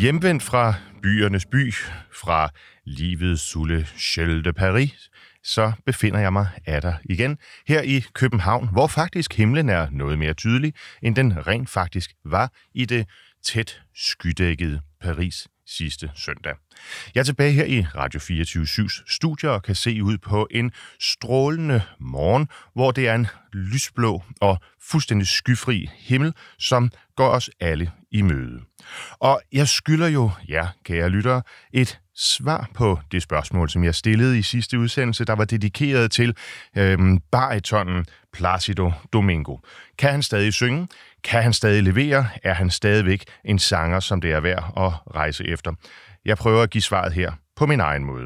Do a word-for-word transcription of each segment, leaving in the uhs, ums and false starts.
Hjemvendt fra byernes by, fra livets sulle Chelle de Paris, så befinder jeg mig atter igen her i København, hvor faktisk himlen er noget mere tydelig, end den rent faktisk var i det tæt skydækkede Paris sidste søndag. Jeg er tilbage her i Radio fireogtyve syvs studier og kan se ud på en strålende morgen, hvor det er en lysblå og fuldstændig skyfri himmel, som går os alle i møde. Og jeg skylder jo jer, kære lyttere, et svar på det spørgsmål, som jeg stillede i sidste udsendelse, der var dedikeret til øhm, baritonen Plácido Domingo. Kan han stadig synge? Kan han stadig levere? Er han stadigvæk en sanger, som det er værd at rejse efter? Jeg prøver at give svaret her på min egen måde.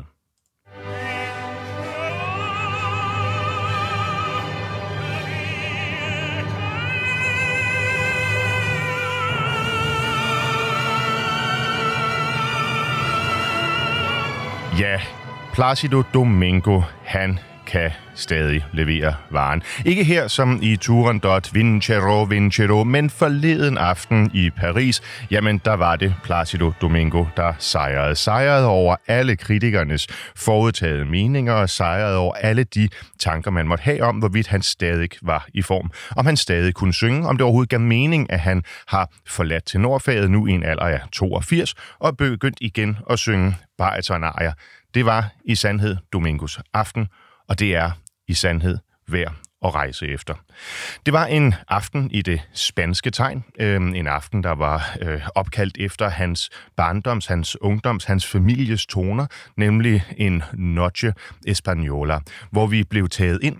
Ja, Plácido Domingo, han kan stadig levere varen. Ikke her som i Turandot, Vincero, Vincero, men forleden aften i Paris, jamen der var det Plácido Domingo, der sejrede. Sejrede over alle kritikernes forudtagede meninger og sejrede over alle de tanker, man måtte have om, hvorvidt han stadig var i form. Om han stadig kunne synge, om det overhovedet gav mening, at han har forladt til Nordfaget nu i en alder af toogfirs og begyndt igen at synge baritonarier. Det var i sandhed Domingos aften, og det er i sandhed værd at rejse efter. Det var en aften i det spanske tegn. Øh, en aften, der var øh, opkaldt efter hans barndoms, hans ungdoms, hans families toner, nemlig en Noche Española, hvor vi blev taget ind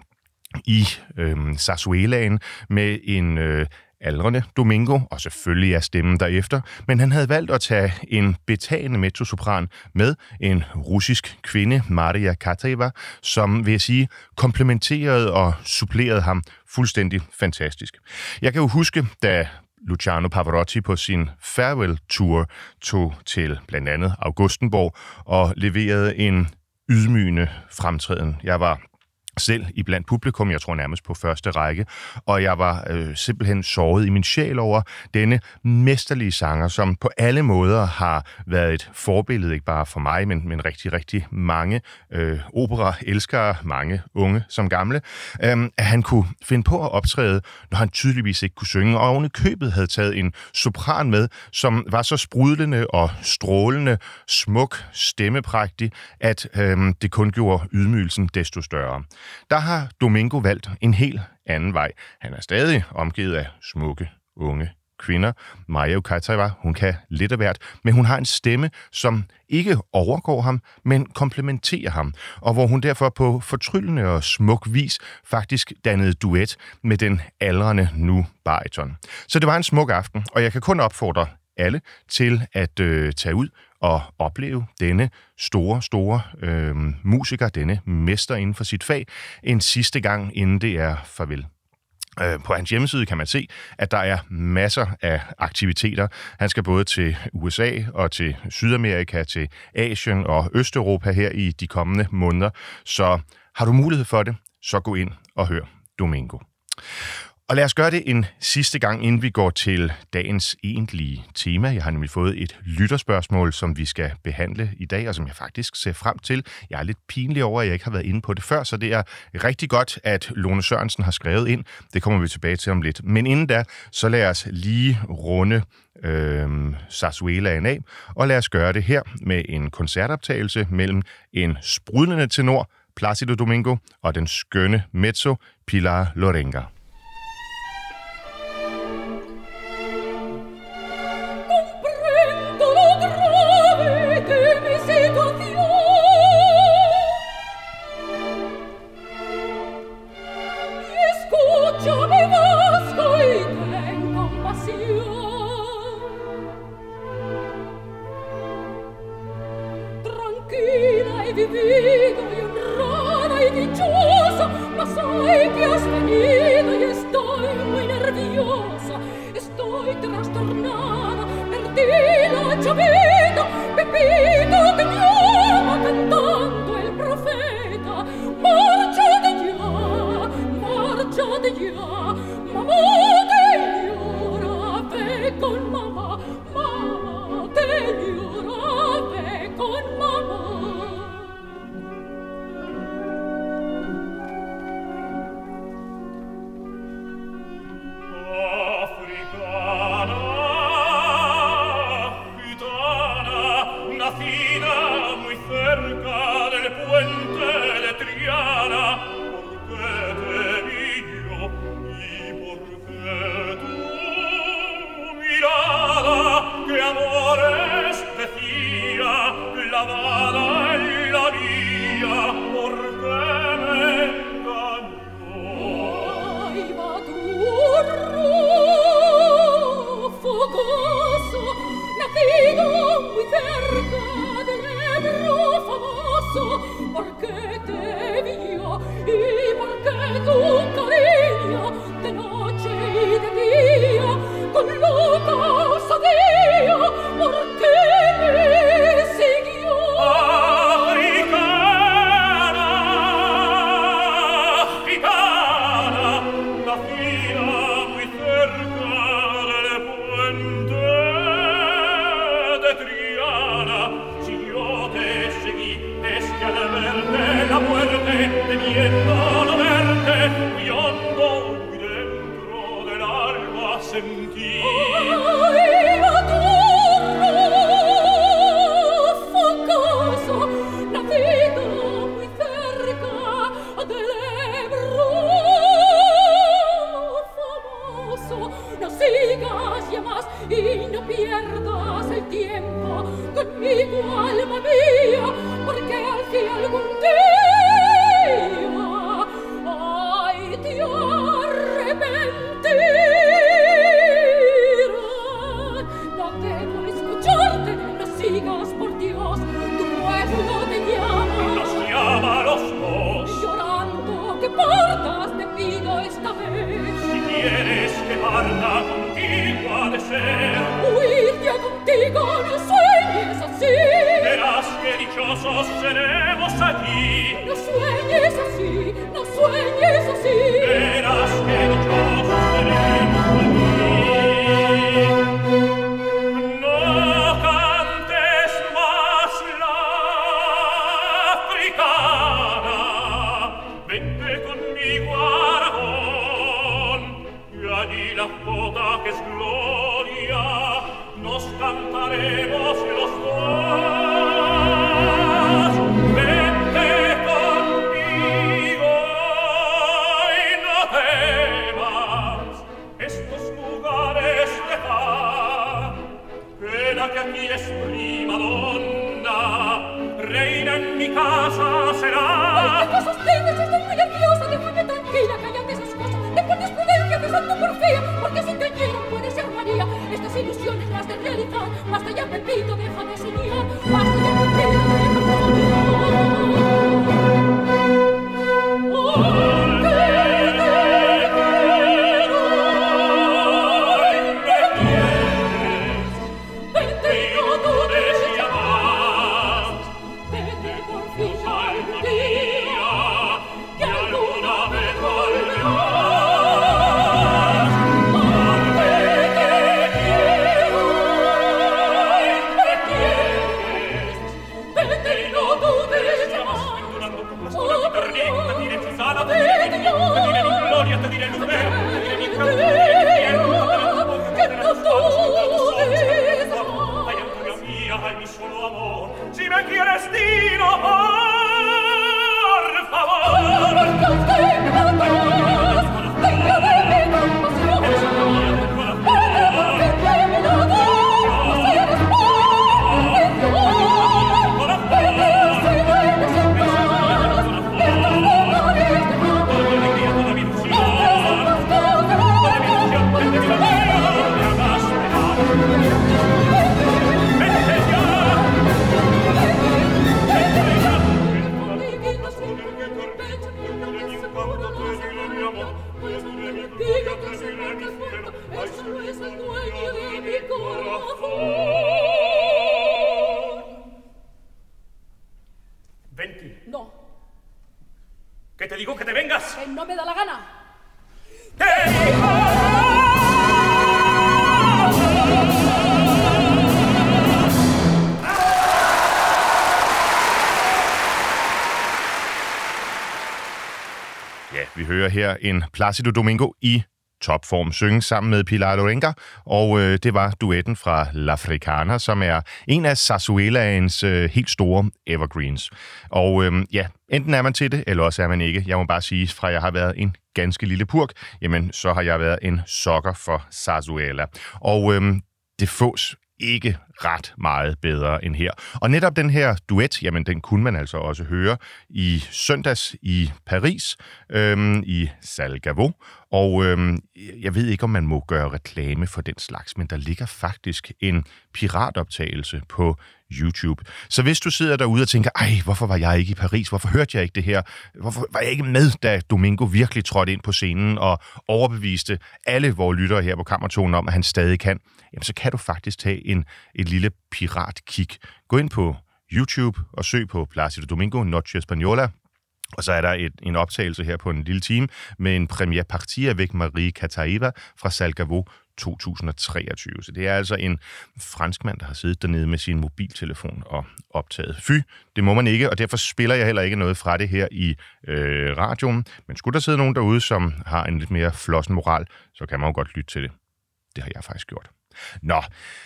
i øh, Zarzuelaen med en øh, aldrende Domingo, og selvfølgelig er stemmen derefter, men han havde valgt at tage en betagende mezzosopran med, en russisk kvinde, Maria Kateva, som, vil jeg sige, komplementerede og supplerede ham fuldstændig fantastisk. Jeg kan jo huske, da Luciano Pavarotti på sin farewell-tour tog til blandt andet Augustenborg og leverede en ydmygende fremtræden. Jeg var selv i blandt publikum, jeg tror nærmest på første række, og jeg var øh, simpelthen såret i min sjæl over denne mesterlige sanger, som på alle måder har været et forbillede, ikke bare for mig, men, men rigtig, rigtig mange øh, opera-elskere, mange unge som gamle, øh, at han kunne finde på at optræde, når han tydeligvis ikke kunne synge, og oven i købet havde taget en sopran med, som var så sprudlende og strålende, smuk, stemmeprægtig, at øh, det kun gjorde ydmygelsen desto større. Der har Domingo valgt en helt anden vej. Han er stadig omgivet af smukke, unge kvinder. Maria Kateva, hun kan lidt af hvert, men hun har en stemme, som ikke overgår ham, men komplementerer ham, og hvor hun derfor på fortryllende og smuk vis faktisk dannede duet med den aldrende nu bariton. Så det var en smuk aften, og jeg kan kun opfordre alle til at øh, tage ud og opleve denne store, store øh, musiker, denne mester inden for sit fag, en sidste gang, inden det er farvel. Øh, på hans hjemmeside kan man se, at der er masser af aktiviteter. Han skal både til U S A og til Sydamerika, til Asien og Østeuropa her i de kommende måneder. Så har du mulighed for det, så gå ind og hør Domingo. Og lad os gøre det en sidste gang, inden vi går til dagens egentlige tema. Jeg har nemlig fået et lytterspørgsmål, som vi skal behandle i dag, og som jeg faktisk ser frem til. Jeg er lidt pinlig over, at jeg ikke har været inde på det før, så det er rigtig godt, at Lone Sørensen har skrevet ind. Det kommer vi tilbage til om lidt. Men inden da, så lad os lige runde øh, Zarzuelaen af, og lad os gøre det her med en koncertoptagelse mellem en sprudlende tenor, Plácido Domingo, og den skønne mezzo, Pilar Lorenga. Con mamma, mamma, te Her en Plácido Domingo i topform synge sammen med Pilar Lorenga, og øh, det var duetten fra L'Africana, som er en af Zarzuelaens øh, helt store evergreens. Og øh, ja, enten er man til det, eller også er man ikke. Jeg må bare sige, fra jeg har været en ganske lille purk, jamen så har jeg været en sokker for Zarzuela. Og øh, det fås ikke ret meget bedre end her. Og netop den her duet, jamen den kunne man altså også høre i søndags i Paris, øhm, i Salle Gaveau. Og øhm, jeg ved ikke, om man må gøre reklame for den slags, men der ligger faktisk en piratoptagelse på YouTube. Så hvis du sidder derude og tænker, ej, hvorfor var jeg ikke i Paris? Hvorfor hørte jeg ikke det her? Hvorfor var jeg ikke med, da Domingo virkelig trådte ind på scenen og overbeviste alle vores lyttere her på Kammertonen om, at han stadig kan? Jamen, så kan du faktisk tage en, et lille piratkig. Gå ind på YouTube og søg på Plácido Domingo, Noche Española. Og så er der et, en optagelse her på en lille time med en premiere partie avec Marie Cataeva fra Salle Gaveau to tusind og treogtyve. Så det er altså en franskmand, der har siddet dernede med sin mobiltelefon og optaget. Fy, det må man ikke, og derfor spiller jeg heller ikke noget fra det her i øh, radioen. Men skulle der sidde nogen derude, som har en lidt mere flossen moral, så kan man jo godt lytte til det. Det har jeg faktisk gjort. Nå,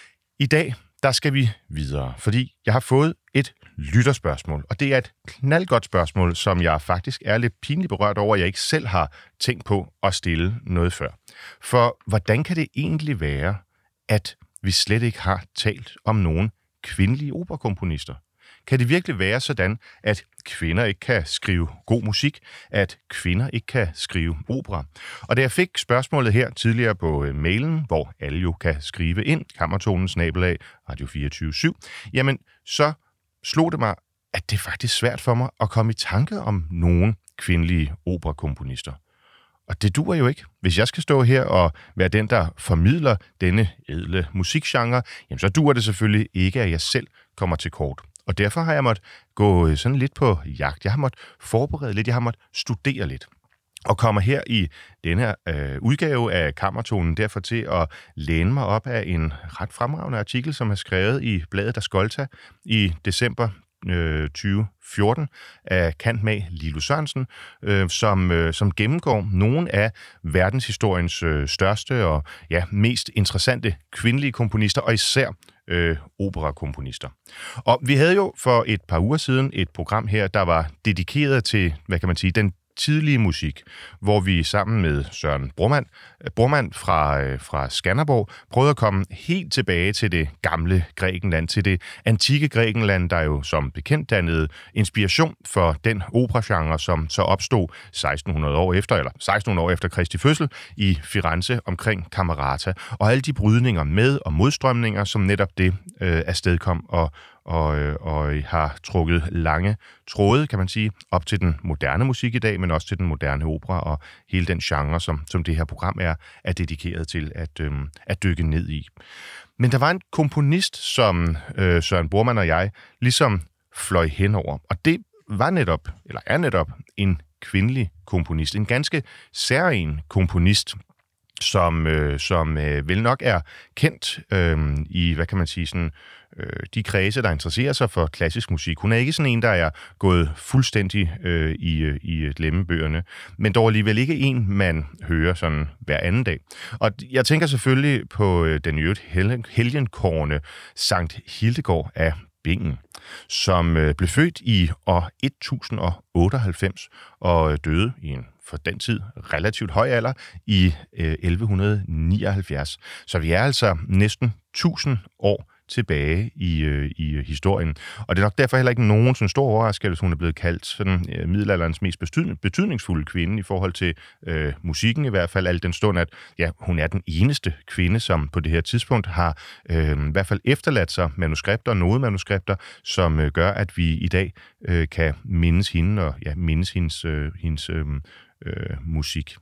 i dag, der skal vi videre, fordi jeg har fået et lytterspørgsmål, og det er et knaldgodt spørgsmål, som jeg faktisk er lidt pinligt berørt over, at jeg ikke selv har tænkt på at stille noget før. For hvordan kan det egentlig være, at vi slet ikke har talt om nogen kvindelige operakomponister? Kan det virkelig være sådan, at kvinder ikke kan skrive god musik, at kvinder ikke kan skrive opera? Og da jeg fik spørgsmålet her tidligere på øh, mailen, hvor alle jo kan skrive ind, kammertonen snabel-a radio fireogtyve syv, jamen så slog det mig, at det er faktisk svært for mig at komme i tanke om nogen kvindelige operakomponister. Og det duer jo ikke. Hvis jeg skal stå her og være den, der formidler denne edle musikgenre, jamen så duer det selvfølgelig ikke, at jeg selv kommer til kort. Og derfor har jeg måttet gå sådan lidt på jagt. Jeg har måttet forberede lidt, jeg har måttet studere lidt. Og kommer her i denne øh, udgave af Kammertonen derfor til at læne mig op af en ret fremragende artikel, som er skrevet i bladet Ascolta i december øh, tyve fjorten af kantmag Lilo Sørensen, øh, som, øh, som gennemgår nogle af verdenshistoriens øh, største og ja, mest interessante kvindelige komponister, og især øh, operakomponister. Og vi havde jo for et par uger siden et program her, der var dedikeret til, hvad kan man sige, den tidlige musik, hvor vi sammen med Søren Broman, Broman fra, øh, fra Skanderborg prøvede at komme helt tilbage til det gamle Grækenland, til det antikke Grækenland, der jo som bekendt dannede inspiration for den operagenre, som så opstod seksten hundrede år efter, eller seksten hundrede år efter Kristi fødsel i Firenze omkring Camerata, og alle de brydninger med og modstrømninger, som netop det øh, afstedkom og Og, og har trukket lange tråde, kan man sige, op til den moderne musik i dag, men også til den moderne opera og hele den genre, som, som det her program er, er dedikeret til at, øhm, at dykke ned i. Men der var en komponist, som øh, Søren Bormann og jeg ligesom fløj henover, og det var netop, eller er netop, en kvindelig komponist, en ganske særlig komponist, som, øh, som øh, vel nok er kendt øh, i, hvad kan man sige, sådan, øh, de kredse, der interesserer sig for klassisk musik. Hun er ikke sådan en, der er gået fuldstændig øh, i, i glemmebøgerne, men dog alligevel ikke en, man hører sådan hver anden dag. Og jeg tænker selvfølgelig på øh, den i øvrigt helgenkårne Sankt Hildegard af Bingen, som øh, blev født i år et tusind og otteoghalvfems og døde i en for den tid relativt høj alder i øh, elleve nioghalvfjerds. Så vi er altså næsten tusind år tilbage i, øh, i historien. Og det er nok derfor heller ikke nogen sådan stor overraskelse, at hun er blevet kaldt sådan, øh, middelalderens mest betydningsfulde kvinde i forhold til øh, musikken i hvert fald, al den stund, at ja, hun er den eneste kvinde, som på det her tidspunkt har øh, i hvert fald efterladt sig manuskripter, nodemanuskripter, som øh, gør, at vi i dag øh, kan mindes hende og ja, mindes hendes, øh, hendes øh, øh, musik.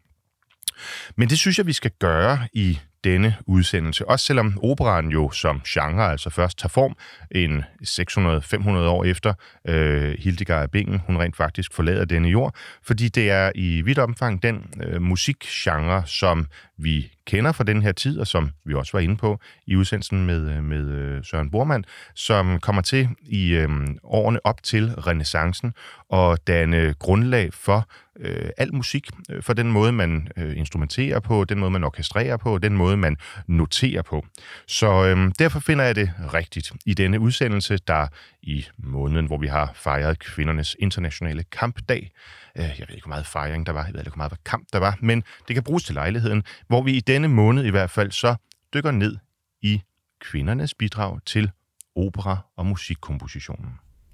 Men det synes jeg, vi skal gøre i denne udsendelse. Også selvom operaen jo som genre altså først tager form en seks hundrede til fem hundrede år efter øh, Hildegard af Bingen, hun rent faktisk forlader denne jord, fordi det er i vidt omfang den øh, musikgenre, som vi kender fra den her tid, og som vi også var inde på i udsendelsen med, med øh, Søren Bormann, som kommer til i øh, årene op til renæssancen og danne grundlag for øh, al musik, øh, for den måde, man øh, instrumenterer på, den måde, man orkestrerer på, den måde, man noterer på. Så øh, derfor finder jeg det rigtigt i denne udsendelse, der i måneden, hvor vi har fejret kvindernes internationale kampdag. Jeg ved ikke, hvor meget fejring der var, jeg ved ikke, hvor meget kamp der var, men det kan bruges til lejligheden, hvor vi i denne måned i hvert fald så dykker ned i kvindernes bidrag til opera- og musikkompositionen.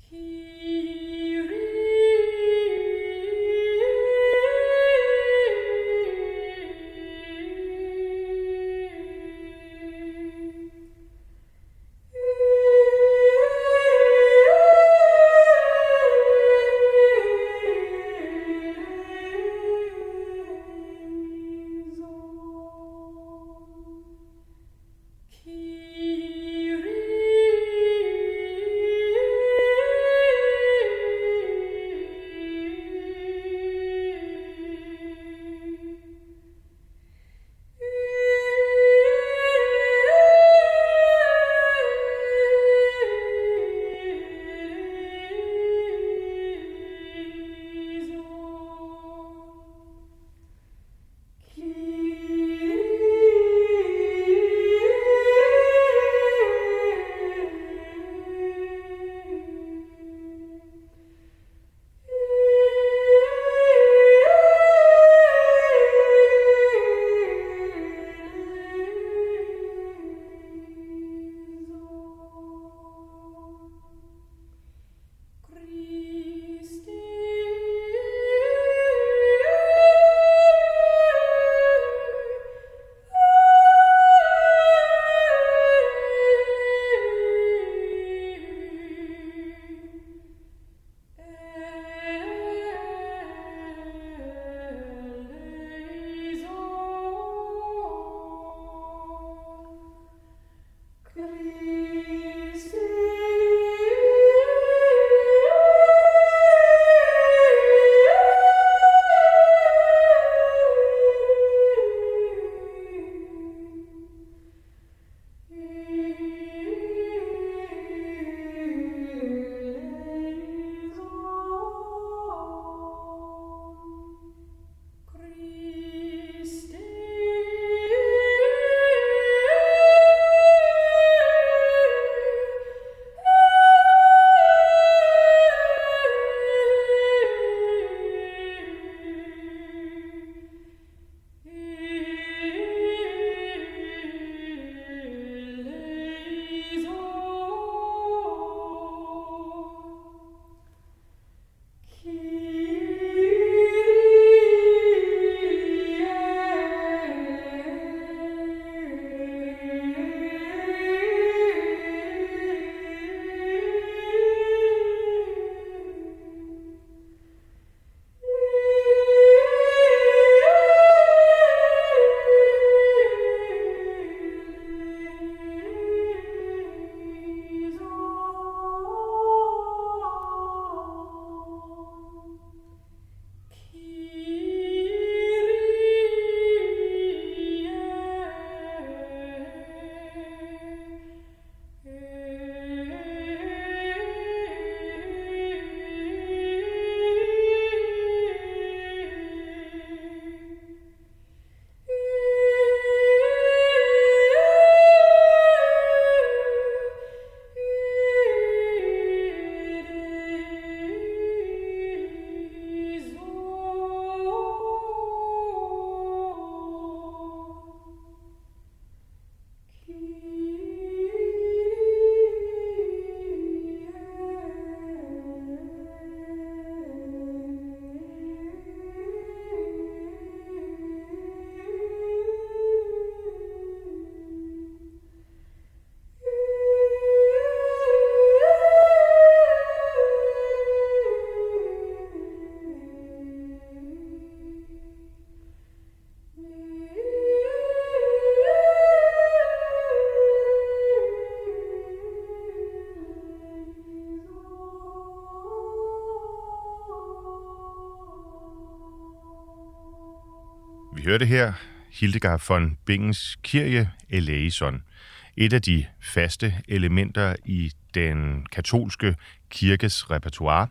Vi hørte her Hildegard von Bingens Kyrie eleison, et af de faste elementer i den katolske kirkes repertoire,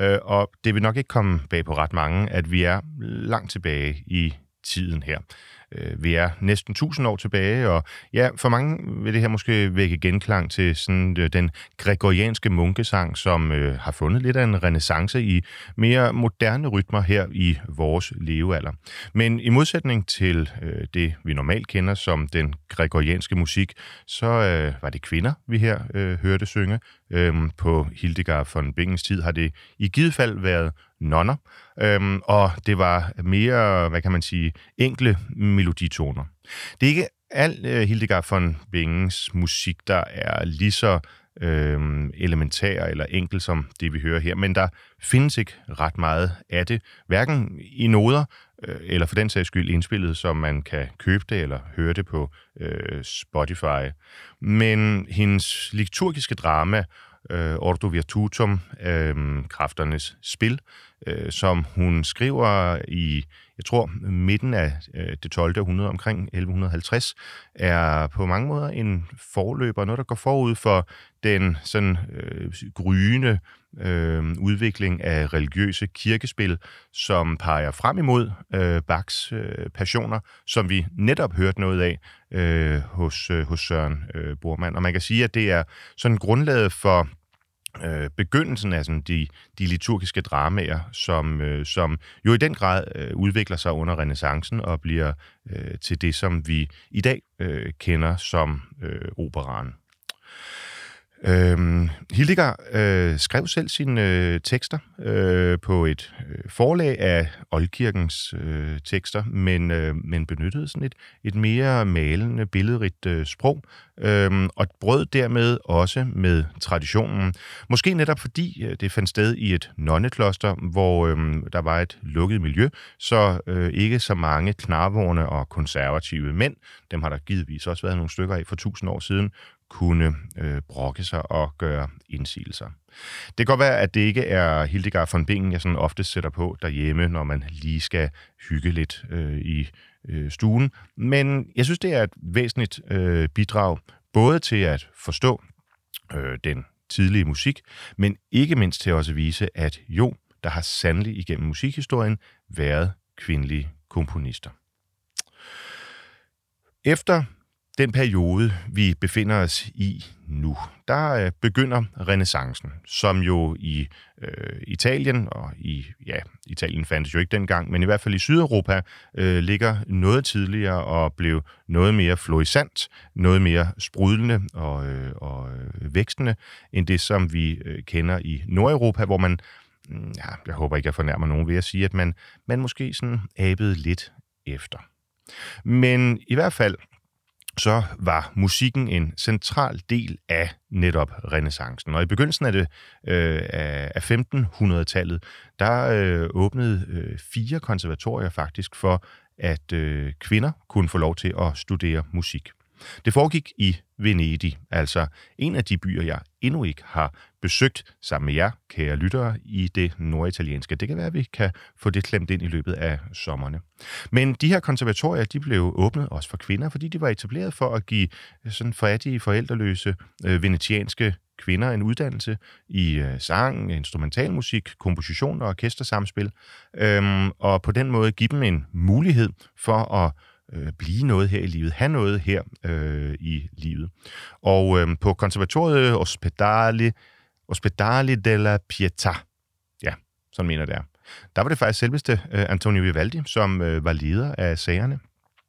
og det vil nok ikke komme bag på ret mange, at vi er langt tilbage i tiden her. Øh, vi er næsten tusind år tilbage, og ja, for mange vil det her måske vække genklang til sådan øh, den gregorianske munkesang, som øh, har fundet lidt af en renæssance i mere moderne rytmer her i vores levealder. Men i modsætning til øh, det, vi normalt kender som den gregorianske musik, så øh, var det kvinder, vi her øh, hørte synge. Øhm, på Hildegard von Bingens tid har det i givet fald været nonner, øhm, og det var mere, hvad kan man sige, enkle meloditoner. Det er ikke al øh, Hildegard von Bingens musik, der er lige så øh, elementær eller enkel som det, vi hører her, men der findes ikke ret meget af det, hverken i noder, øh, eller for den sags skyld indspillet, som man kan købe det eller høre det på øh, Spotify. Men hendes liturgiske drama, øh, Ordo Virtutum, øh, kræfternes spil, øh, som hun skriver i, jeg tror, midten af øh, det tolvte århundrede, omkring elleve halvtreds, er på mange måder en forløber, noget der går forud for den sådan øh, gryende øh, udvikling af religiøse kirkespil, som peger frem imod øh, Bachs øh, passioner, som vi netop hørte noget af øh, hos, øh, hos Søren øh, Bormann. Og man kan sige, at det er sådan grundlaget for øh, begyndelsen af sådan de, de liturgiske dramaer, som, øh, som jo i den grad øh, udvikler sig under renæssancen og bliver øh, til det, som vi i dag øh, kender som øh, operaen. Øhm, Hildegard øh, skrev selv sine øh, tekster øh, på et øh, forlag af oldkirkens øh, tekster, men, øh, men benyttede sådan et, et mere malende, billedrigt øh, sprog, øh, og brød dermed også med traditionen. Måske netop fordi øh, det fandt sted i et nonnekloster, hvor øh, der var et lukket miljø, så øh, ikke så mange knarvorne og konservative mænd, dem har der givetvis også været nogle stykker af for tusind år siden, kunne øh, brokke sig og gøre indsigelser. Det kan godt være, at det ikke er Hildegard von Bingen, jeg sådan ofte sætter på derhjemme, når man lige skal hygge lidt øh, i øh, stuen. Men jeg synes, det er et væsentligt øh, bidrag, både til at forstå øh, den tidlige musik, men ikke mindst til også at vise, at jo, der har sandelig igennem musikhistorien været kvindelige komponister. Efter den periode, vi befinder os i nu, der øh, begynder renæssancen, som jo i øh, Italien, og i, ja, Italien fandtes jo ikke dengang, men i hvert fald i Sydeuropa, øh, ligger noget tidligere og blev noget mere florissant, noget mere sprudlende og, øh, og øh, vækstende, end det, som vi øh, kender i Nordeuropa, hvor man, ja, jeg håber ikke, jeg fornærmer nogen ved at sige, at man, man måske sådan abede lidt efter. Men i hvert fald, så var musikken en central del af netop renæssancen. Og i begyndelsen af, det, øh, af femtenhundredetallet, der øh, åbnede øh, fire konservatorier faktisk for, at øh, kvinder kunne få lov til at studere musik. Det foregik i Venedig, altså en af de byer, jeg endnu ikke har besøgt sammen med jer, kære lyttere, i det norditalienske. Det kan være, at vi kan få det klemt ind i løbet af sommerne. Men de her konservatorier, de blev åbnet også for kvinder, fordi de var etableret for at give sådan fattige, forældreløse øh, venetianske kvinder en uddannelse i øh, sang, instrumentalmusik, komposition og orkestersamspil, øhm, og på den måde give dem en mulighed for at øh, blive noget her i livet, have noget her øh, i livet. Og øh, på konservatoriet Ospedale, Ospedale della Pietà, ja, sådan mener det er, der var det faktisk selveste øh, Antonio Vivaldi, som øh, var leder af sagerne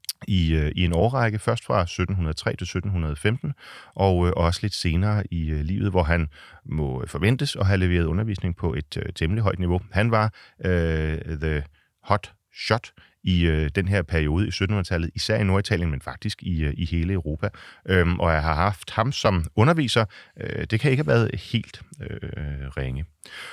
i, øh, i en årrække, først fra sytten hundrede og tre til sytten hundrede og femten, og øh, også lidt senere i øh, livet, hvor han må forventes at have leveret undervisning på et øh, temmelig højt niveau. Han var øh, the hot shot i øh, den her periode i syttenhundredetallet, især i Norditalien, men faktisk i, øh, i hele Europa. Øhm, og jeg har haft ham som underviser. Øh, det kan ikke have været helt øh, ringe.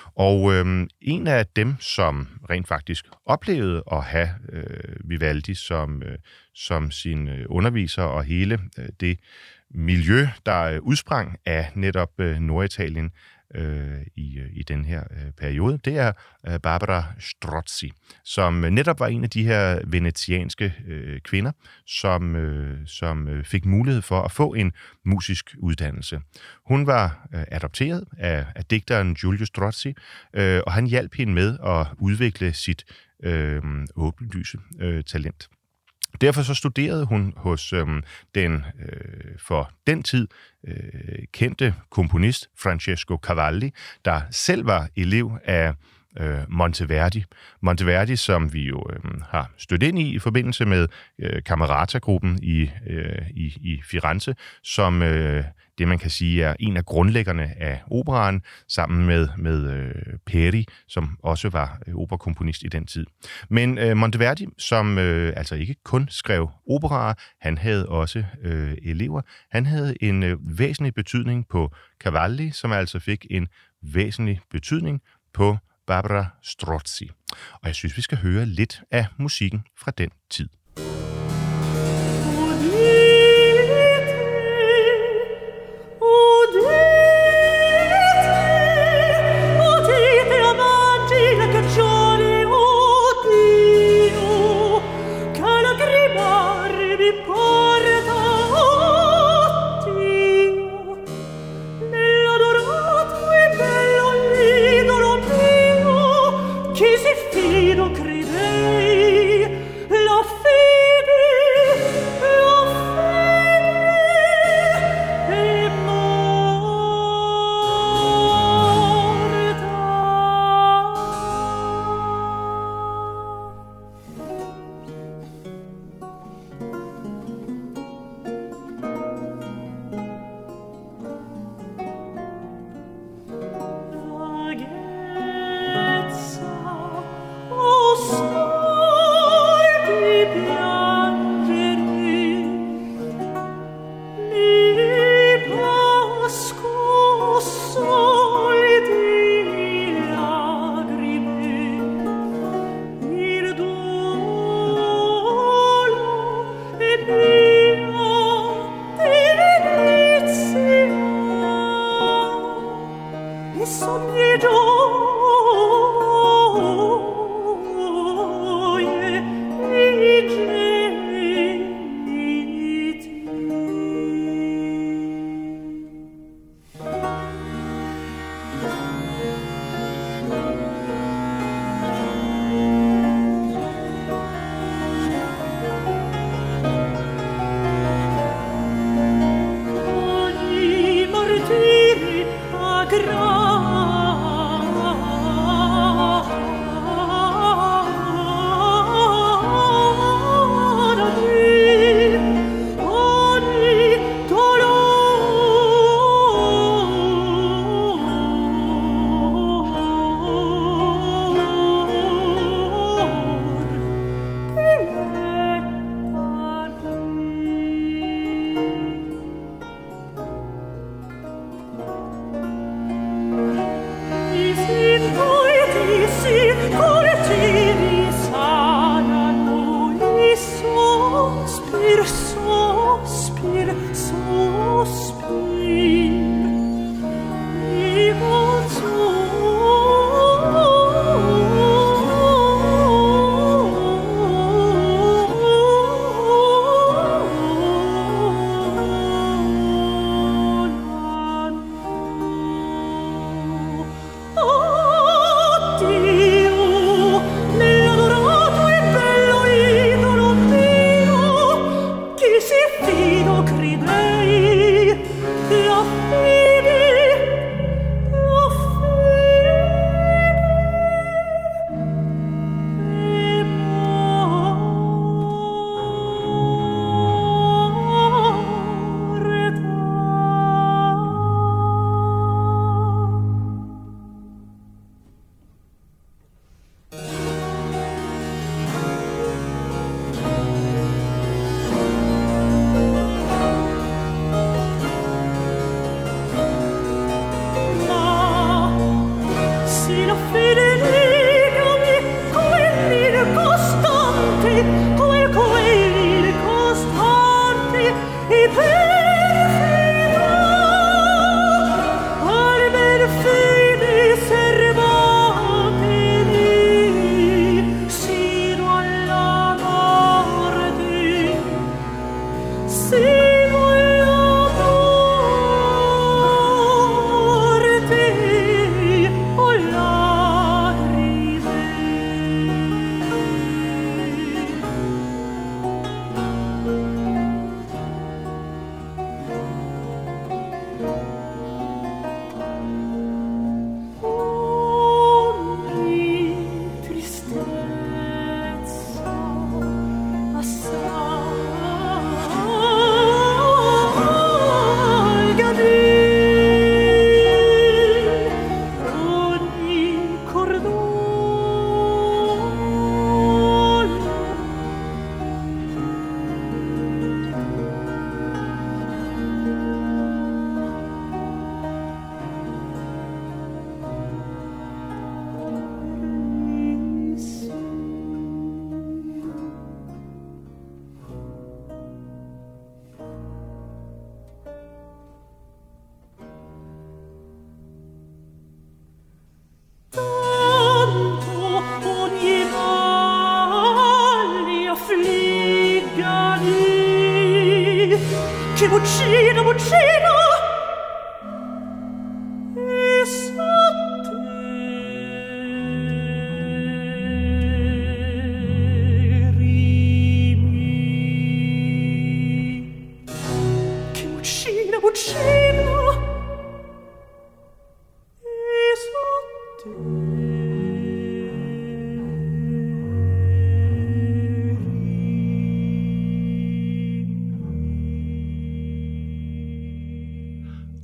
Og øh, en af dem, som rent faktisk oplevede at have øh, Vivaldi som, øh, som sin øh, underviser, og hele øh, det miljø, der øh, udsprang af netop øh, Norditalien, Øh, i, i den her øh, periode, det er øh, Barbara Strozzi, som øh, netop var en af de her venetianske øh, kvinder, som, øh, som øh, fik mulighed for at få en musisk uddannelse. Hun var øh, adopteret af, af digteren Giulio Strozzi, øh, og han hjalp hende med at udvikle sit øh, åbenlyse øh, talent. Derfor så studerede hun hos øhm, den øh, for den tid øh, kendte komponist Francesco Cavalli, der selv var elev af øh, Monteverdi. Monteverdi, som vi jo øh, har stødt ind i i forbindelse med øh, Camerata-gruppen i, øh, i, i Firenze, som øh, det man kan sige er en af grundlæggerne af operaen, sammen med, med øh, Peri, som også var øh, operakomponist i den tid. Men øh, Monteverdi, som øh, altså ikke kun skrev operaer, han havde også øh, elever. Han havde en øh, væsentlig betydning på Cavalli, som altså fik en væsentlig betydning på Barbara Strozzi. Og jeg synes, vi skal høre lidt af musikken fra den tid.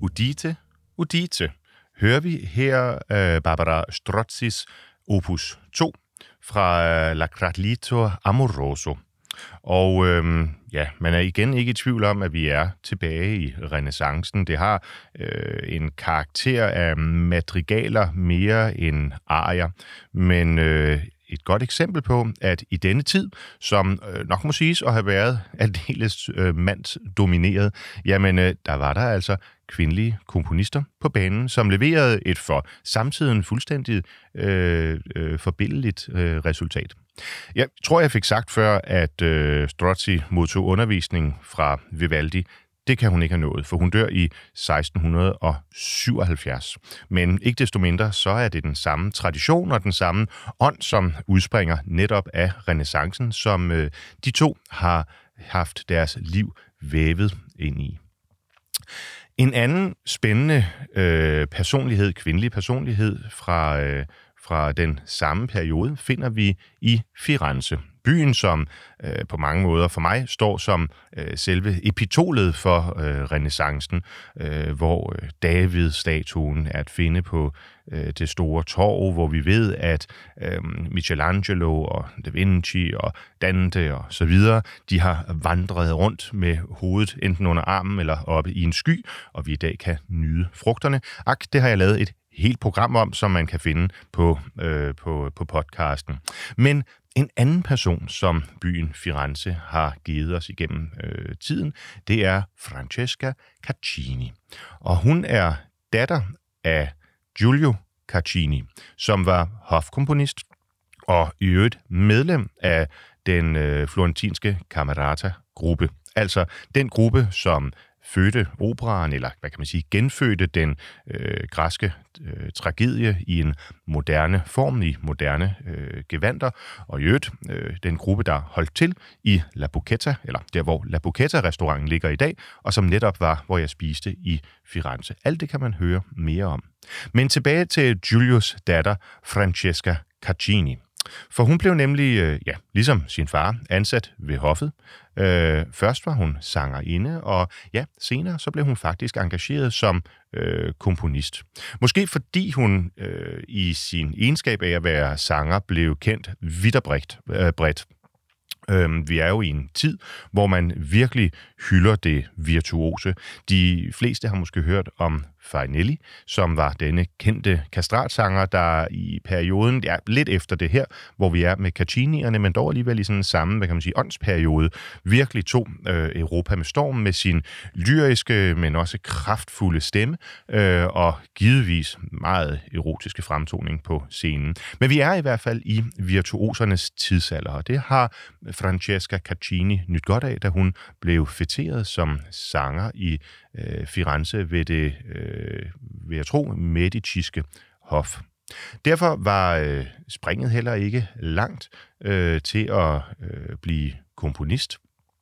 Udite, Udite, hører vi her øh, Barbara Strozzis opus to fra øh, La Cratylito Amoroso. Og øhm, ja, man er igen ikke i tvivl om, at vi er tilbage i renæssancen. Det har øh, en karakter af madrigaler mere end arier, men øh, et godt eksempel på, at i denne tid, som øh, nok må siges at have været aldeles øh, mandsdomineret, jamen øh, der var der altså kvindelige komponister på banen, som leverede et for samtiden fuldstændig øh, øh, forbilledeligt øh, resultat. Jeg tror, jeg fik sagt før, at øh, Strozzi modtog undervisning fra Vivaldi. Det kan hun ikke have nået, for hun dør i seksten syvoghalvfjerds. Men ikke desto mindre, så er det den samme tradition og den samme ånd, som udspringer netop af renæssancen, som øh, de to har haft deres liv vævet ind i. En anden spændende øh, personlighed, kvindelig personlighed fra, øh, fra den samme periode, finder vi i Firenze. Byen, som øh, på mange måder for mig står som øh, selve epitolet for øh, renæssancen, øh, hvor øh, David-statuen er at finde på øh, det store torv, hvor vi ved, at øh, Michelangelo og Da Vinci og Dante og så videre, de har vandret rundt med hovedet enten under armen eller oppe i en sky, og vi i dag kan nyde frugterne. Ak, det har jeg lavet et helt program om, som man kan finde på, øh, på, på podcasten. Men en anden person, som byen Firenze har givet os igennem øh, tiden, det er Francesca Caccini. Og hun er datter af Giulio Caccini, som var hofkomponist og i øvrigt medlem af den øh, florentinske Camerata-gruppe. Altså den gruppe, som fødte operaen, eller hvad kan man sige, genfødte den øh, græske øh, tragedie i en moderne form, i moderne øh, gevanter, og i øvrigt øh, den gruppe, der holdt til i La Bucchetta, eller der, hvor La Bucchetta-restauranten ligger i dag, og som netop var, hvor jeg spiste i Firenze. Alt det kan man høre mere om. Men tilbage til Giulios datter, Francesca Caccini. For hun blev nemlig, øh, ja, ligesom sin far, ansat ved hoffet. Øh, først var hun sangerinde, og ja, senere så blev hun faktisk engageret som øh, komponist. Måske fordi hun øh, i sin egenskab af at være sanger blev kendt vidt og bredt. Øh, bredt. Øh, vi er jo i en tid, hvor man virkelig hylder det virtuose. De fleste har måske hørt om Farinelli, som var denne kendte kastratsanger, der i perioden, ja, lidt efter det her, hvor vi er med Caccinierne, men dog alligevel i sådan en samme, hvad kan man sige, åndsperiode, virkelig tog øh, Europa med storm med sin lyriske, men også kraftfulde stemme, øh, og givetvis meget erotiske fremtoning på scenen. Men vi er i hvert fald i virtuosernes tidsalder, og det har Francesca Caccini nyt godt af, da hun blev fætteret som sanger i øh, Firenze ved det, øh, vil jeg tro, mediciske hof. Derfor var øh, springet heller ikke langt øh, til at øh, blive komponist,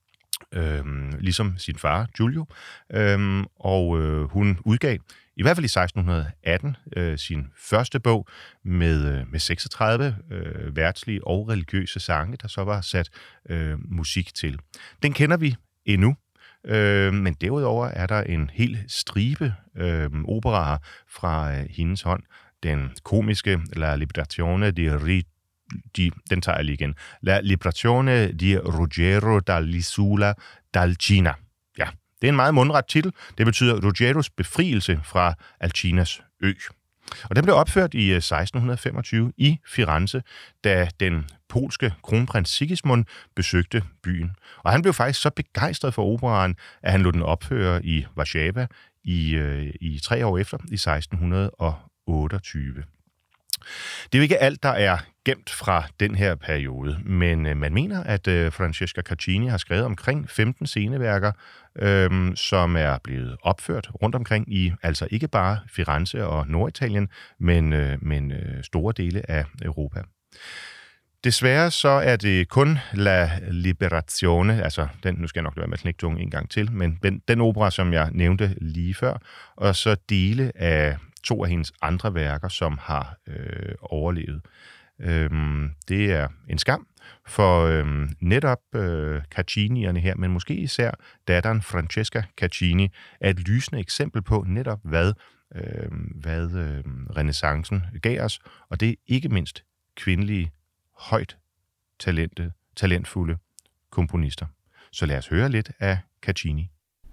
øh, ligesom sin far Giulio, øh, og øh, hun udgav i hvert fald i seksten atten øh, sin første bog med, øh, med seksogtredive øh, verdslige og religiøse sange, der så var sat øh, musik til. Den kender vi endnu, øh, men derudover er der en hel stribe øh, operaer fra øh, hendes hånd. Den komiske La Liberazione di Ri De, den tager jeg lige igen. La Liberazione di Ruggero dall'Isola d'Alcina. Ja, det er en meget mundret titel. Det betyder Ruggeros befrielse fra Alcinas ø. Og den blev opført i seksten femogtyve i Firenze, da den polske kronprins Sigismund besøgte byen. Og han blev faktisk så begejstret for operaen, at han lod den opføre i Warszawa i, øh, i tre år efter, i seksten otteogtyve. Det er jo ikke alt, der er gemt fra den her periode, men øh, man mener, at øh, Francesca Caccini har skrevet omkring femten sceneværker, øh, som er blevet opført rundt omkring i, altså ikke bare Firenze og Norditalien, men, øh, men øh, store dele af Europa. Desværre så er det kun La Liberazione, altså den, nu skal jeg nok være med at knække tungen en gang til, men den, den opera, som jeg nævnte lige før, og så dele af to af hendes andre værker, som har øh, overlevet. Øhm, det er en skam for øhm, netop øh, Caccinierne her, men måske især datteren Francesca Caccini er et lysende eksempel på netop, hvad, øh, hvad øh, renæssancen gav os, og det er ikke mindst kvindelige, højt talente, talentfulde komponister. Så lad os høre lidt af Caccini.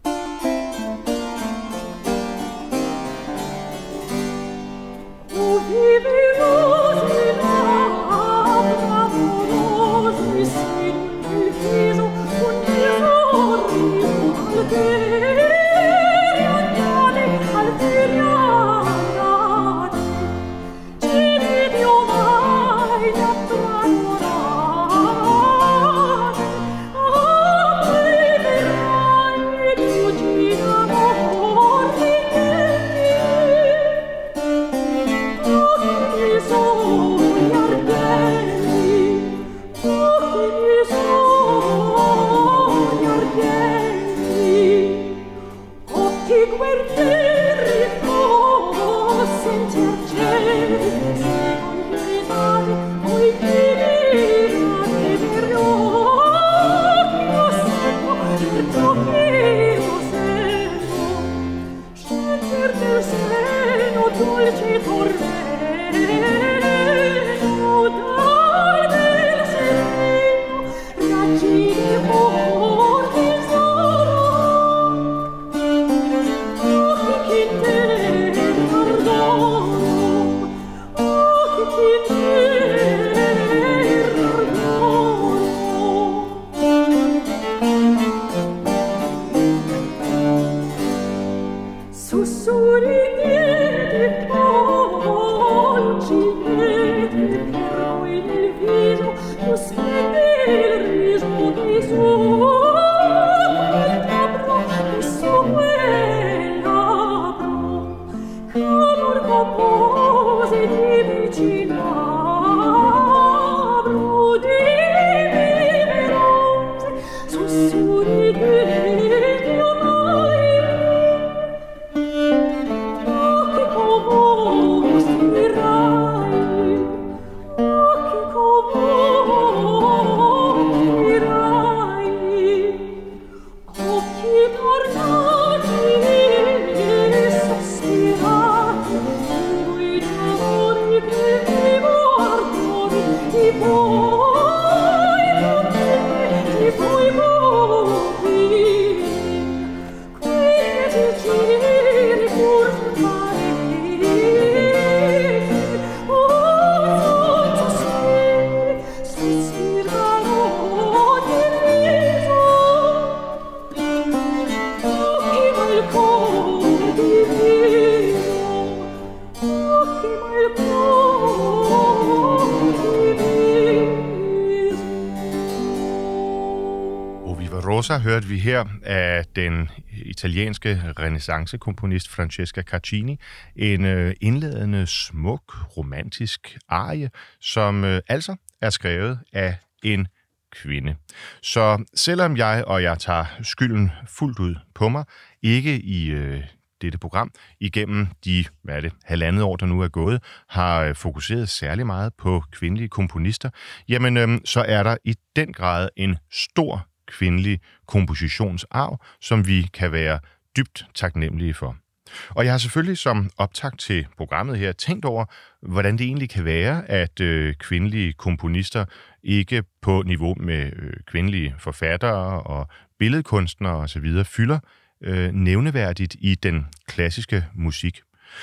Så hørte vi her af den italienske renæssancekomponist Francesca Caccini en øh, indladende, smuk, romantisk arie, som øh, altså er skrevet af en kvinde. Så selvom jeg, og jeg tager skylden fuldt ud på mig, ikke i øh, dette program igennem de, hvad er det, halvandet år, der nu er gået, har øh, fokuseret særlig meget på kvindelige komponister, jamen øh, så er der i den grad en stor kvindelig kompositionsarv, som vi kan være dybt taknemmelige for. Og jeg har selvfølgelig som optakt til programmet her tænkt over, hvordan det egentlig kan være, at øh, kvindelige komponister ikke på niveau med øh, kvindelige forfattere og billedkunstnere osv. fylder øh, nævneværdigt i den klassiske musik.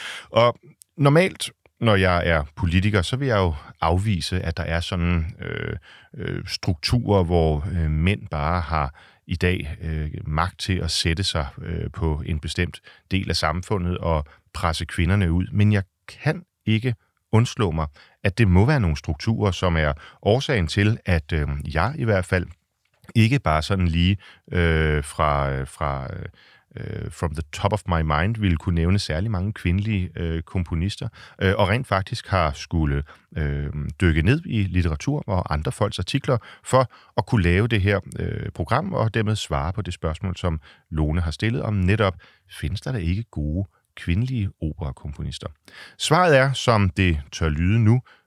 Og normalt, når jeg er politiker, så vil jeg jo afvise, at der er sådan øh, øh, strukturer, hvor øh, mænd bare har i dag øh, magt til at sætte sig øh, på en bestemt del af samfundet og presse kvinderne ud. Men jeg kan ikke undslå mig, at det må være nogle strukturer, som er årsagen til, at øh, jeg i hvert fald ikke bare sådan lige øh, fra... fra øh, from the top of my mind ville kunne nævne særlig mange kvindelige øh, komponister, øh, og rent faktisk har skulle øh, dykke ned i litteratur og andre folks artikler for at kunne lave det her øh, program, og dermed svare på det spørgsmål, som Lone har stillet om netop, findes der da ikke gode kvindelige operakomponister? Svaret er, som det tør lyde nu,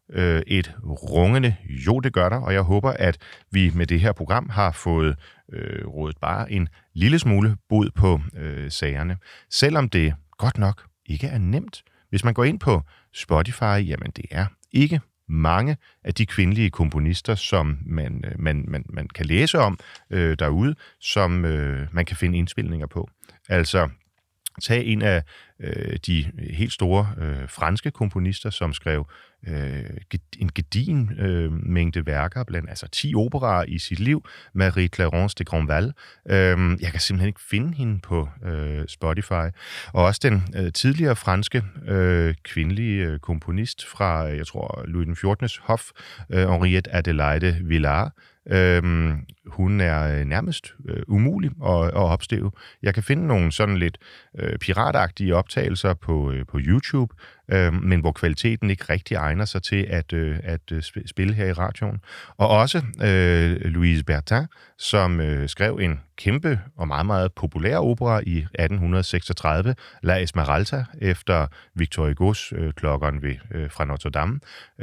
øh, et rungende jo, det gør der, og jeg håber, at vi med det her program har fået øh, rådet bare en lille smule bod på øh, sagerne. Selvom det godt nok ikke er nemt. Hvis man går ind på Spotify, jamen det er ikke mange af de kvindelige komponister, som man, man, man, man kan læse om øh, derude, som øh, man kan finde indspilninger på. Altså, tag en af øh, de helt store øh, franske komponister, som skrev øh, en gedigen øh, mængde værker, blandt altså ti operaer i sit liv, Marie Clarence de Grandval. Øh, jeg kan simpelthen ikke finde hende på øh, Spotify. Og også den øh, tidligere franske øh, kvindelige øh, komponist fra, jeg tror, Louis den fjortendes hof, øh, Henriette Adelaide Villard. Øhm, hun er nærmest øh, umulig at, at opstøve. Jeg kan finde nogle sådan lidt øh, piratagtige optagelser på, øh, på YouTube, øh, men hvor kvaliteten ikke rigtig egner sig til at, øh, at øh, spille her i radioen. Og også øh, Louise Bertin, som øh, skrev en kæmpe og meget, meget populær opera i atten seksogtredive, La Esmeralda, efter Victor Hugo's øh, Klokkeren ved, øh, fra Notre Dame.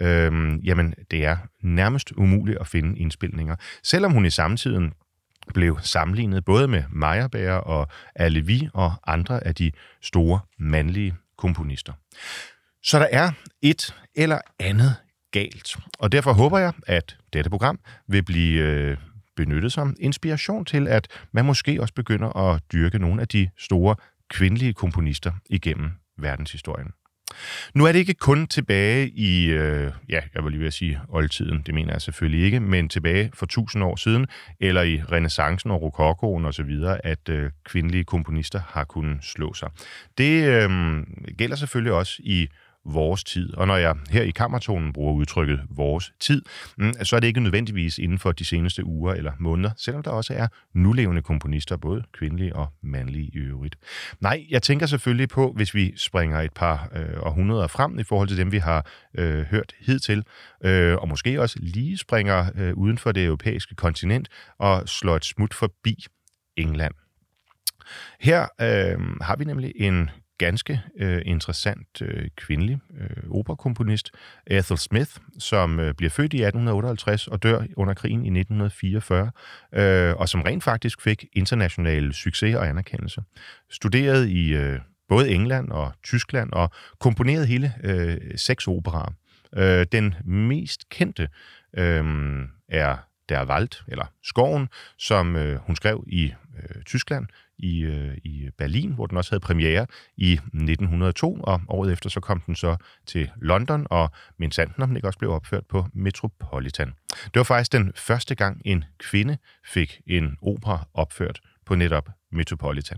Øh, jamen, det er nærmest umuligt at finde indspilninger. Selvom hun i samtiden blev sammenlignet både med Meyerbeer og Alevi og andre af de store mandlige komponister. Så der er et eller andet galt, og derfor håber jeg, at dette program vil blive øh, benyttet som inspiration til, at man måske også begynder at dyrke nogle af de store kvindelige komponister igennem verdenshistorien. Nu er det ikke kun tilbage i, øh, ja, jeg vil lige ved at sige oldtiden, det mener jeg selvfølgelig ikke, men tilbage for tusind år siden, eller i renæssancen og rokokoen osv., at øh, kvindelige komponister har kunnet slå sig. Det øh, gælder selvfølgelig også i vores tid, og når jeg her i Kammertonen bruger udtrykket vores tid, så er det ikke nødvendigvis inden for de seneste uger eller måneder, selvom der også er nulevende komponister, både kvindelige og mandlige i øvrigt. Nej, jeg tænker selvfølgelig på, hvis vi springer et par øh, århundreder frem i forhold til dem, vi har øh, hørt hidtil, øh, og måske også lige springer øh, uden for det europæiske kontinent og slår et smut forbi England. Her øh, har vi nemlig en ganske øh, interessant øh, kvindelig øh, operakomponist, Ethel Smith, som øh, bliver født i atten otteoghalvtreds og dør under krigen i nitten fireogfyrre, øh, og som rent faktisk fik international succes og anerkendelse. Studerede i øh, både England og Tyskland og komponerede hele øh, seks operaer. Øh, den mest kendte øh, er Der Wald, eller Skoven, som øh, hun skrev i øh, Tyskland, i, øh, i Berlin, hvor den også havde premiere i nitten hundrede og to, og året efter så kom den så til London, og mindst sandt, om den ikke også blev opført på Metropolitan. Det var faktisk den første gang, en kvinde fik en opera opført på netop Metropolitan.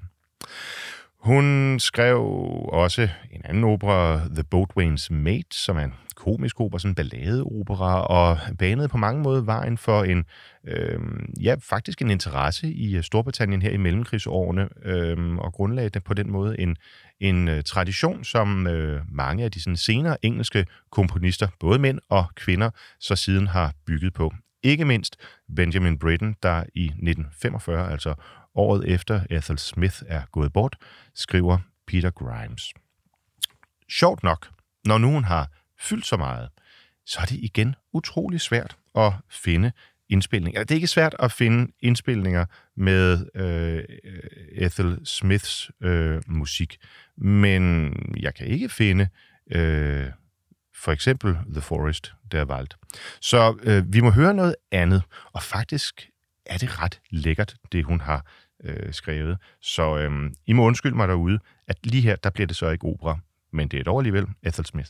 Hun skrev også en anden opera, The Boatwain's Maid, som er en komisk opera, sådan en balladeopera, og banede på mange måder vejen for en, øh, ja, faktisk en interesse i Storbritannien her i mellemkrigsårene, øh, og grundlagde på den måde en, en uh, tradition, som øh, mange af de sådan, senere engelske komponister, både mænd og kvinder, så siden har bygget på. Ikke mindst Benjamin Britten, der i nitten femogfyrre, altså året efter Ethel Smith er gået bort, skriver Peter Grimes. Sjovt nok, når nu hun har fyldt så meget, så er det igen utrolig svært at finde indspilninger. Det er ikke svært at finde indspilninger med øh, Ethel Smiths øh, musik, men jeg kan ikke finde øh, for eksempel The Forest, Der Wald. Så øh, vi må høre noget andet, og faktisk er det ret lækkert, det hun har øh, skrevet. Så øh, I må undskylde mig derude, at lige her, der bliver det så ikke opera, men det er dog alligevel Ethel Smith.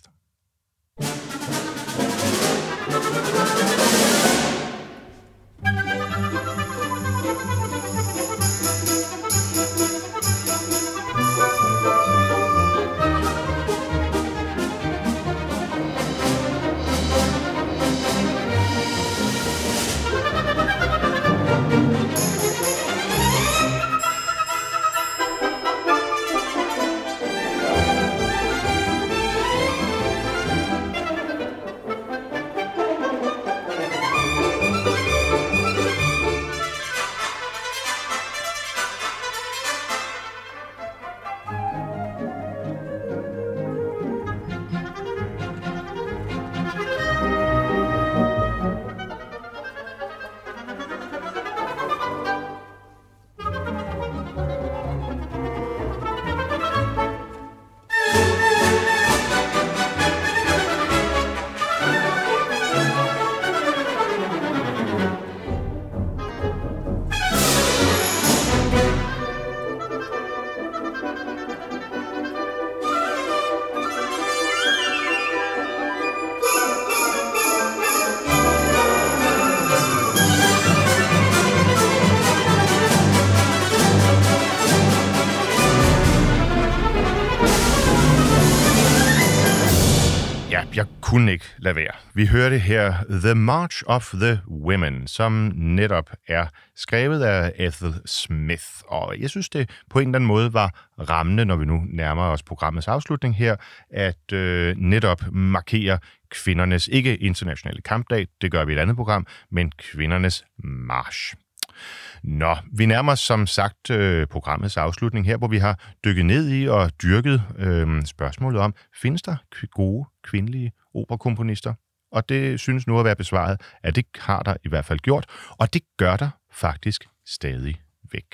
Jeg kunne ikke lade være. Vi hørte her The March of the Women, som netop er skrevet af Ethel Smith. Og jeg synes, det på en eller anden måde var rammende, når vi nu nærmer os programmets afslutning her, at øh, netop markere kvindernes, ikke internationale kampdag, det gør vi i et andet program, men kvindernes march. Nå, vi nærmer os som sagt øh, programmets afslutning her, hvor vi har dykket ned i og dyrket øh, spørgsmålet om, findes der gode kvindelige operakomponister? Og det synes nu at være besvaret, at det har der i hvert fald gjort, og det gør der faktisk stadig væk.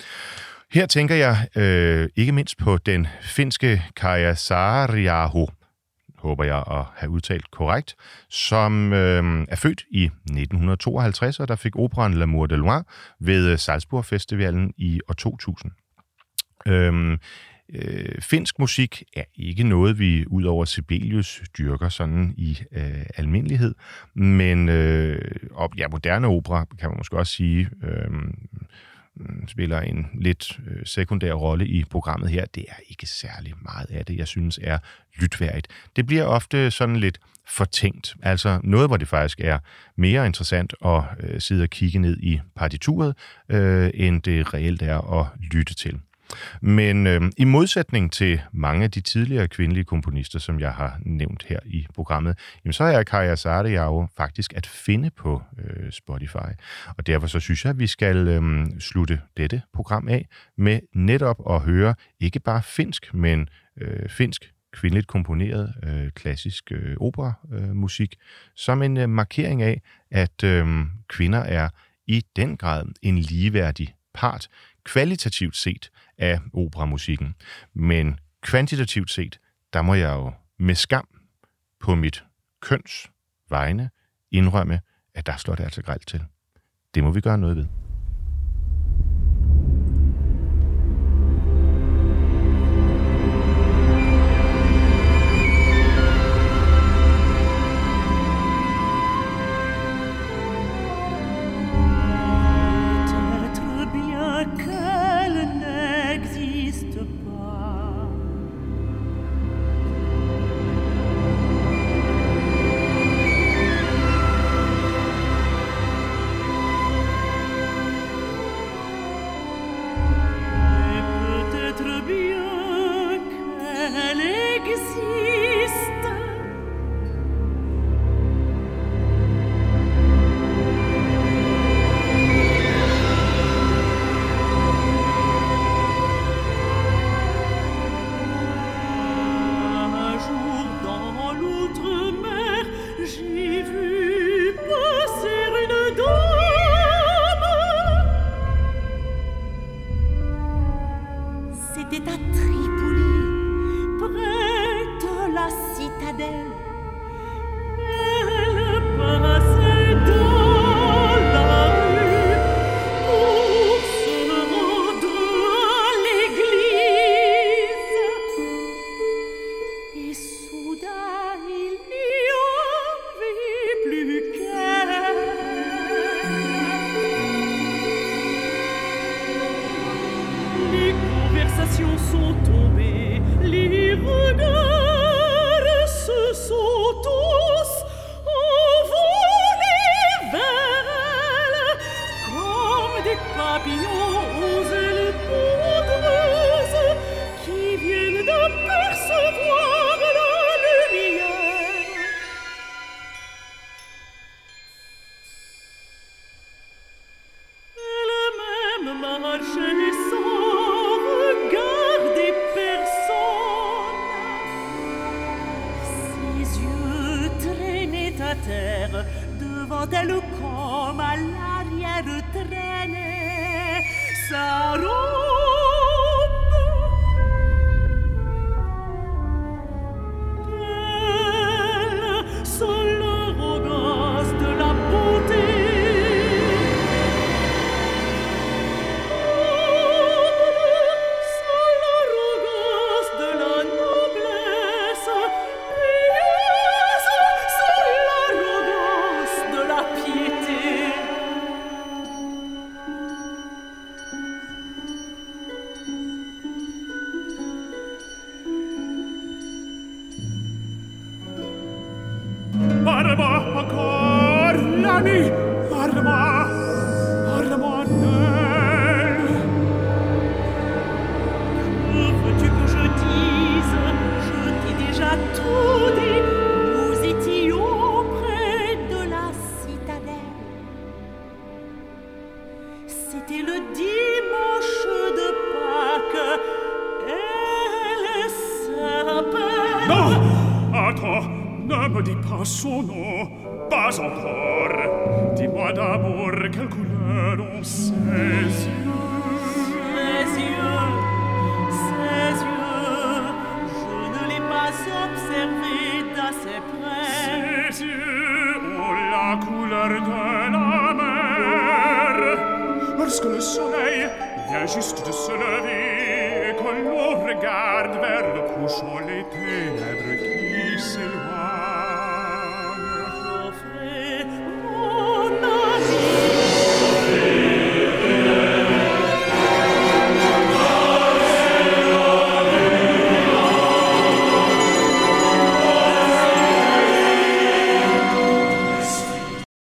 Her tænker jeg øh, ikke mindst på den finske Kaija Saariaho, håber jeg at have udtalt korrekt, som øh, er født i nitten tooghalvtreds, og der fik operaen L'amour de loin ved Salzburg-festivalen i år to tusind. Øh, øh, finsk musik er ikke noget, vi ud over Sibelius dyrker sådan i øh, almindelighed, men øh, og, ja, moderne opera, kan man måske også sige, øh, spiller en lidt øh, sekundær rolle i programmet her. Det er ikke særlig meget af det, jeg synes er lytværdigt. Det bliver ofte sådan lidt fortænkt. Altså noget, hvor det faktisk er mere interessant at øh, sidde og kigge ned i partituret, øh, end det reelt er at lytte til. Men øh, i modsætning til mange af de tidligere kvindelige komponister, som jeg har nævnt her i programmet, jamen, så er Kaija Saariaho faktisk at finde på øh, Spotify. Og derfor så synes jeg, at vi skal øh, slutte dette program af med netop at høre ikke bare finsk, men øh, finsk kvindeligt komponeret øh, klassisk øh, operamusik, øh, som en øh, markering af, at øh, kvinder er i den grad en ligeværdig part, kvalitativt set af operamusikken. Men kvantitativt set, der må jeg jo med skam på mit køns vegne indrømme, at der slår det altså grelt til. Det må vi gøre noget ved. encore la nuit, Armand, Armandel. Que veux-tu que je dise? Je t'ai déjà tout dit. Nous étions près de la citadelle. C'était le dimanche de Pâques. Elle s'appelle... Non! Attends, ne me dis pas son nom, pas encore. Dis-moi d'abord quelle couleur ont ses yeux. Ses yeux, ses yeux, je ne l'ai pas observé d'assez près. Ses yeux ont la couleur de la mer. Lorsque le soleil vient juste de se lever et que l'on regarde vers le couchant les ténèbres qui s'éloignent,